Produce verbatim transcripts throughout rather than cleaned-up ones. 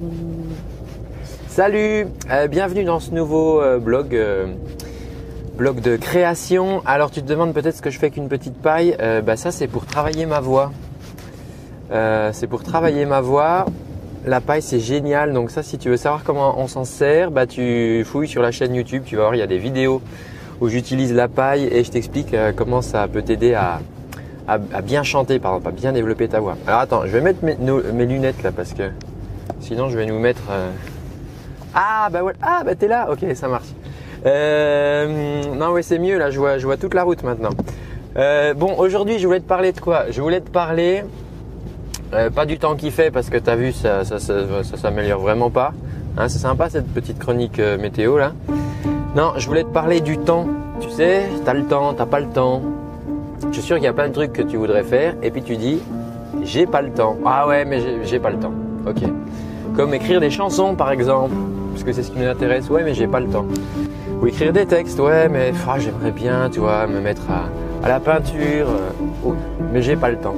Salut, euh, bienvenue dans ce nouveau euh, blog, euh, blog de création. Alors tu te demandes peut-être ce que je fais avec une petite paille. Euh, bah, ça c'est pour travailler ma voix. Euh, c'est pour travailler ma voix. La paille c'est génial. Donc ça, si tu veux savoir comment on s'en sert, bah, tu fouilles sur la chaîne YouTube. Tu vas voir, il y a des vidéos où j'utilise la paille et je t'explique euh, comment ça peut t'aider à, à, à bien chanter, par exemple, à bien développer ta voix. Alors attends, je vais mettre mes, nos, mes lunettes là parce que sinon je vais nous mettre… Euh, Ah bah ouais, ah bah t'es là, ok, ça marche. Euh, non ouais, c'est mieux là, je vois, je vois toute la route maintenant. Euh, bon, aujourd'hui je voulais te parler de quoi? Je voulais te parler euh, pas du temps qu'il fait parce que t'as vu, ça, ça, ça, ça s'améliore vraiment pas. Hein, c'est sympa cette petite chronique euh, météo là. Non, je voulais te parler du temps. Tu sais, t'as le temps, t'as pas le temps. Je suis sûr qu'il y a plein de trucs que tu voudrais faire et puis tu dis j'ai pas le temps. Ah ouais, mais j'ai, j'ai pas le temps. Ok. Comme écrire des chansons par exemple. Parce que c'est ce qui m'intéresse, ouais mais j'ai pas le temps. Ou écrire des textes, ouais mais oh, j'aimerais bien, tu vois, me mettre à, à la peinture, euh, oh, mais j'ai pas le temps.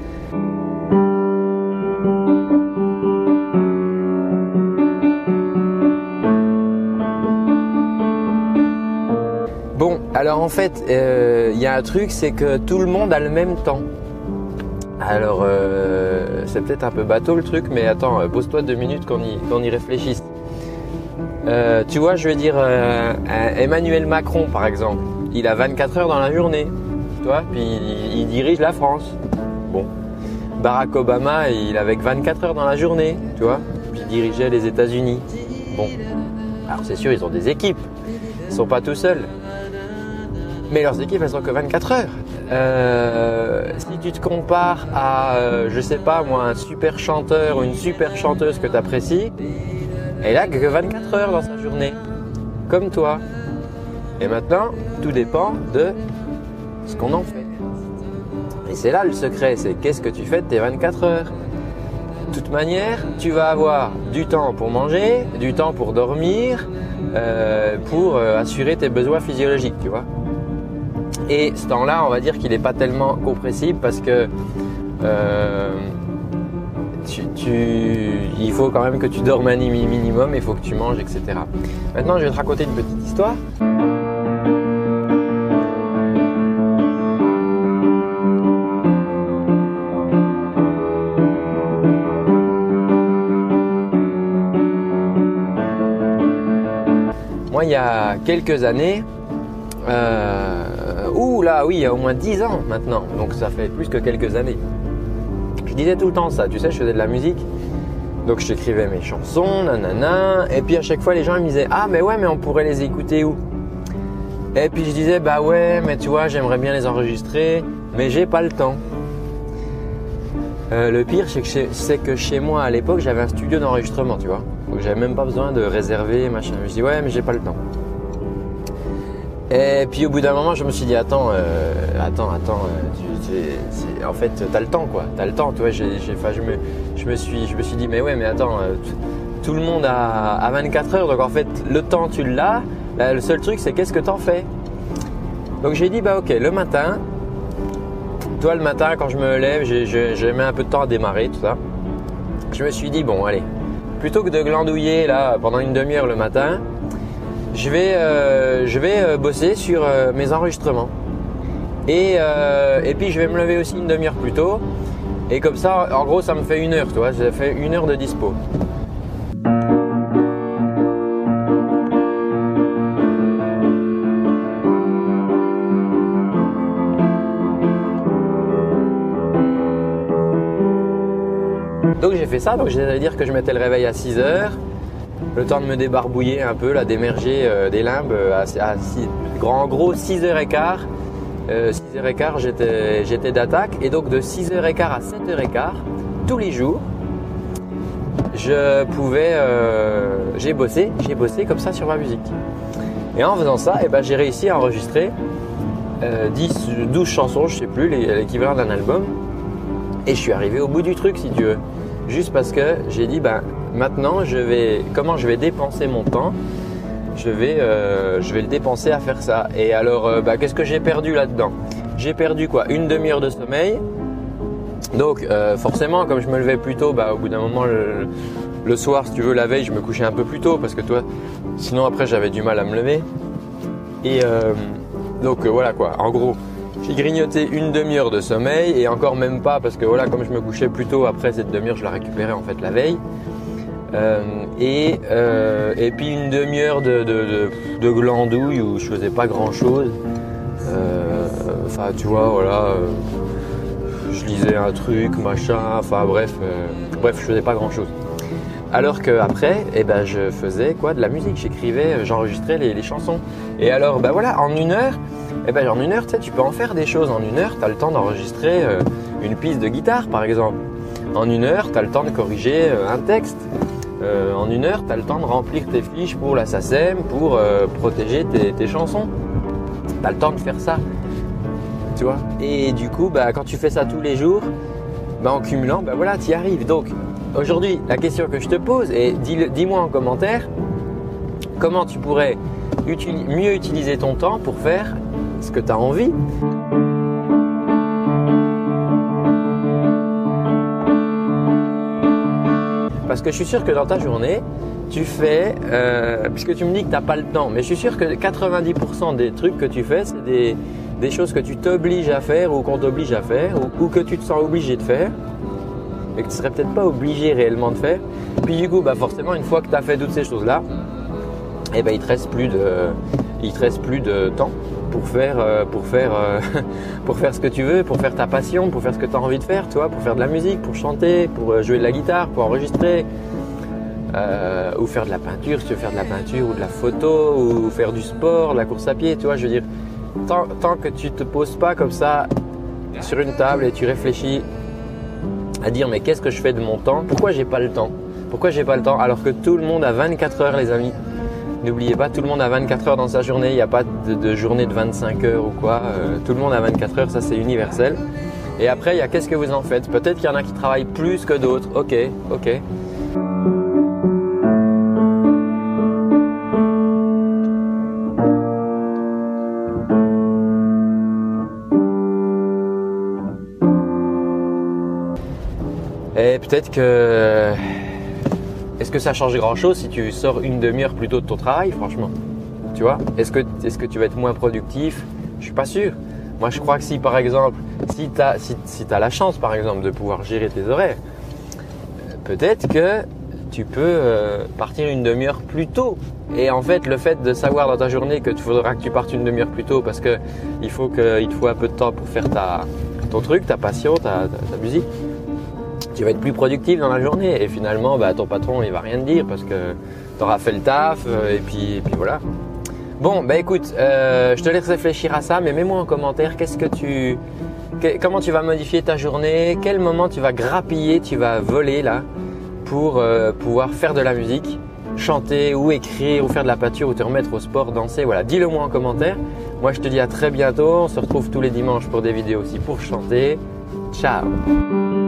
Bon, alors en fait, il euh, y a un truc, c'est que tout le monde a le même temps. Alors, euh, c'est peut-être un peu bateau le truc, mais attends, pose-toi deux minutes qu'on y, qu'on y réfléchisse. Euh, tu vois, je veux dire, euh, Emmanuel Macron par exemple, il a vingt-quatre heures dans la journée, tu vois, puis il, il dirige la France. Bon, Barack Obama, il avait vingt-quatre heures dans la journée, tu vois, puis il dirigeait les États-Unis. Bon, alors c'est sûr, ils ont des équipes, ils sont pas tout seuls, mais leurs équipes, elles ont que vingt-quatre heures. Euh, si tu te compares à, euh, je sais pas moi, un super chanteur ou une super chanteuse que tu apprécies, elle a que vingt-quatre heures dans sa journée, comme toi. Et maintenant, tout dépend de ce qu'on en fait. Et c'est là le secret, c'est qu'est-ce que tu fais de tes vingt-quatre heures. De toute manière, tu vas avoir du temps pour manger, du temps pour dormir, euh, pour euh, assurer tes besoins physiologiques, tu vois. Et ce temps-là, on va dire qu'il n'est pas tellement compressible parce que euh, Tu, tu, il faut quand même que tu dormes un minimum, il faut que tu manges, et cetera. Maintenant, je vais te raconter une petite histoire. Moi, il y a quelques années, euh, ouh là, oui, il y a au moins dix ans maintenant, donc ça fait plus que quelques années. Je disais tout le temps ça, tu sais, je faisais de la musique, donc j'écrivais mes chansons, nanana, et puis à chaque fois les gens ils me disaient ah mais ouais mais on pourrait les écouter où? Et puis je disais bah ouais mais tu vois j'aimerais bien les enregistrer, mais j'ai pas le temps. Euh, le pire c'est que, chez, c'est que chez moi à l'époque j'avais un studio d'enregistrement, tu vois, donc j'avais même pas besoin de réserver machin. Je dis ouais mais j'ai pas le temps. Et puis au bout d'un moment, je me suis dit attends, euh, attends, attends, euh, tu, tu, c'est, en fait, t'as le temps quoi, t'as le temps, tu vois. J'ai, j'ai, je me, je me suis, je me suis dit mais ouais, mais attends, euh, t- tout le monde a, a vingt-quatre heures, donc en fait, le temps tu l'as. Là, le seul truc, c'est qu'est-ce que t'en fais. Donc j'ai dit bah ok, le matin, toi le matin quand je me lève, j'ai, j'ai, j'ai mis un peu de temps à démarrer tout ça. Je me suis dit bon allez, plutôt que de glandouiller là pendant une demi-heure le matin. Je vais, euh, je vais euh, bosser sur euh, mes enregistrements et, euh, et puis je vais me lever aussi une demi-heure plus tôt et comme ça en gros ça me fait une heure, tu vois, ça fait une heure de dispo. Donc j'ai fait ça, donc ça veut dire que je mettais le réveil à six heures. Le temps de me débarbouiller un peu, là, d'émerger euh, des limbes à, à six, en gros six heures quinze. Euh, six heures quinze, j'étais, j'étais d'attaque. Et donc de six heures quinze à sept heures quinze, tous les jours, je pouvais, euh, j'ai bossé, j'ai bossé comme ça sur ma musique. Et en faisant ça, eh ben, j'ai réussi à enregistrer euh, dix, douze chansons, je sais plus, l'équivalent d'un album. Et je suis arrivé au bout du truc, si tu veux. Juste parce que j'ai dit, ben, maintenant, je vais, comment je vais dépenser mon temps, je vais, euh, je vais le dépenser à faire ça. Et alors, euh, bah, qu'est-ce que j'ai perdu là-dedans? J'ai perdu quoi? Une demi-heure de sommeil. Donc, euh, forcément, comme je me levais plus tôt, bah, au bout d'un moment, le, le soir, si tu veux, la veille, je me couchais un peu plus tôt parce que toi, sinon après j'avais du mal à me lever. Et euh, donc euh, voilà quoi, en gros, j'ai grignoté une demi-heure de sommeil et encore même pas parce que voilà, comme je me couchais plus tôt, après cette demi-heure, je la récupérais en fait la veille. Euh, et, euh, et puis une demi-heure de, de, de, de glandouille où je faisais pas grand chose. Enfin, euh, tu vois, voilà, euh, je lisais un truc, machin, enfin bref, euh, bref, je faisais pas grand chose. Alors qu'après, eh ben, je faisais quoi, de la musique, j'écrivais, j'enregistrais les, les chansons. Et alors, ben voilà, en une heure, eh ben, en une heure, tu sais, tu peux en faire des choses. En une heure, tu as le temps d'enregistrer euh, une piste de guitare, par exemple. En une heure, tu as le temps de corriger euh, un texte. Euh, en une heure, tu as le temps de remplir tes fiches pour la S A C E M, pour euh, protéger tes, tes chansons. Tu as le temps de faire ça, tu vois. Et du coup, bah, quand tu fais ça tous les jours, bah, en cumulant, bah, voilà, tu y arrives. Donc, aujourd'hui, la question que je te pose, et dis-le, dis-moi en commentaire, comment tu pourrais utili- mieux utiliser ton temps pour faire ce que tu as envie. Parce que je suis sûr que dans ta journée, tu fais, euh, puisque tu me dis que tu n'as pas le temps, mais je suis sûr que quatre-vingt-dix pour cent des trucs que tu fais, c'est des, des choses que tu t'obliges à faire ou qu'on t'oblige à faire ou, ou que tu te sens obligé de faire et que tu ne serais peut-être pas obligé réellement de faire. Puis du coup, bah forcément, une fois que tu as fait toutes ces choses-là, eh ben, il ne te reste plus de, il te reste plus de temps pour faire, euh, pour, faire, euh, pour faire ce que tu veux, pour faire ta passion, pour faire ce que tu as envie de faire, toi, pour faire de la musique, pour chanter, pour jouer de la guitare, pour enregistrer, euh, ou faire de la peinture, si tu veux faire de la peinture ou de la photo, ou faire du sport, de la course à pied, tu vois, je veux dire, tant, tant que tu ne te poses pas comme ça sur une table et tu réfléchis à dire mais qu'est-ce que je fais de mon temps, pourquoi j'ai pas le temps, pourquoi j'ai pas le temps alors que tout le monde a vingt-quatre heures les amis. N'oubliez pas, tout le monde a vingt-quatre heures dans sa journée, il n'y a pas de, de journée de vingt-cinq heures ou quoi, euh, tout le monde a vingt-quatre heures, ça c'est universel. Et après, il y a qu'est-ce que vous en faites. Peut-être qu'il y en a qui travaillent plus que d'autres, ok, ok. Et peut-être que... Est-ce que ça change grand-chose si tu sors une demi-heure plus tôt de ton travail, franchement? Tu vois? Est-ce que, est-ce que tu vas être moins productif? Je suis pas sûr. Moi, je crois que si, par exemple, si tu as si, si t'as la chance, par exemple, de pouvoir gérer tes horaires, peut-être que tu peux euh, partir une demi-heure plus tôt. Et en fait, le fait de savoir dans ta journée que tu faudra que tu partes une demi-heure plus tôt parce que il faut que, il te faut un peu de temps pour faire ta, ton truc, ta passion, ta, ta, ta musique, tu vas être plus productif dans la journée et finalement bah, ton patron il va rien te dire parce que tu auras fait le taf euh, et, puis, et puis voilà. Bon bah écoute, euh, je te laisse réfléchir à ça, mais mets-moi en commentaire qu'est-ce que tu, que, comment tu vas modifier ta journée, quel moment tu vas grappiller, tu vas voler là pour euh, pouvoir faire de la musique, chanter ou écrire ou faire de la peinture ou te remettre au sport, danser, voilà, dis-le moi en commentaire. Moi je te dis à très bientôt, on se retrouve tous les dimanches pour des vidéos aussi pour chanter. Ciao.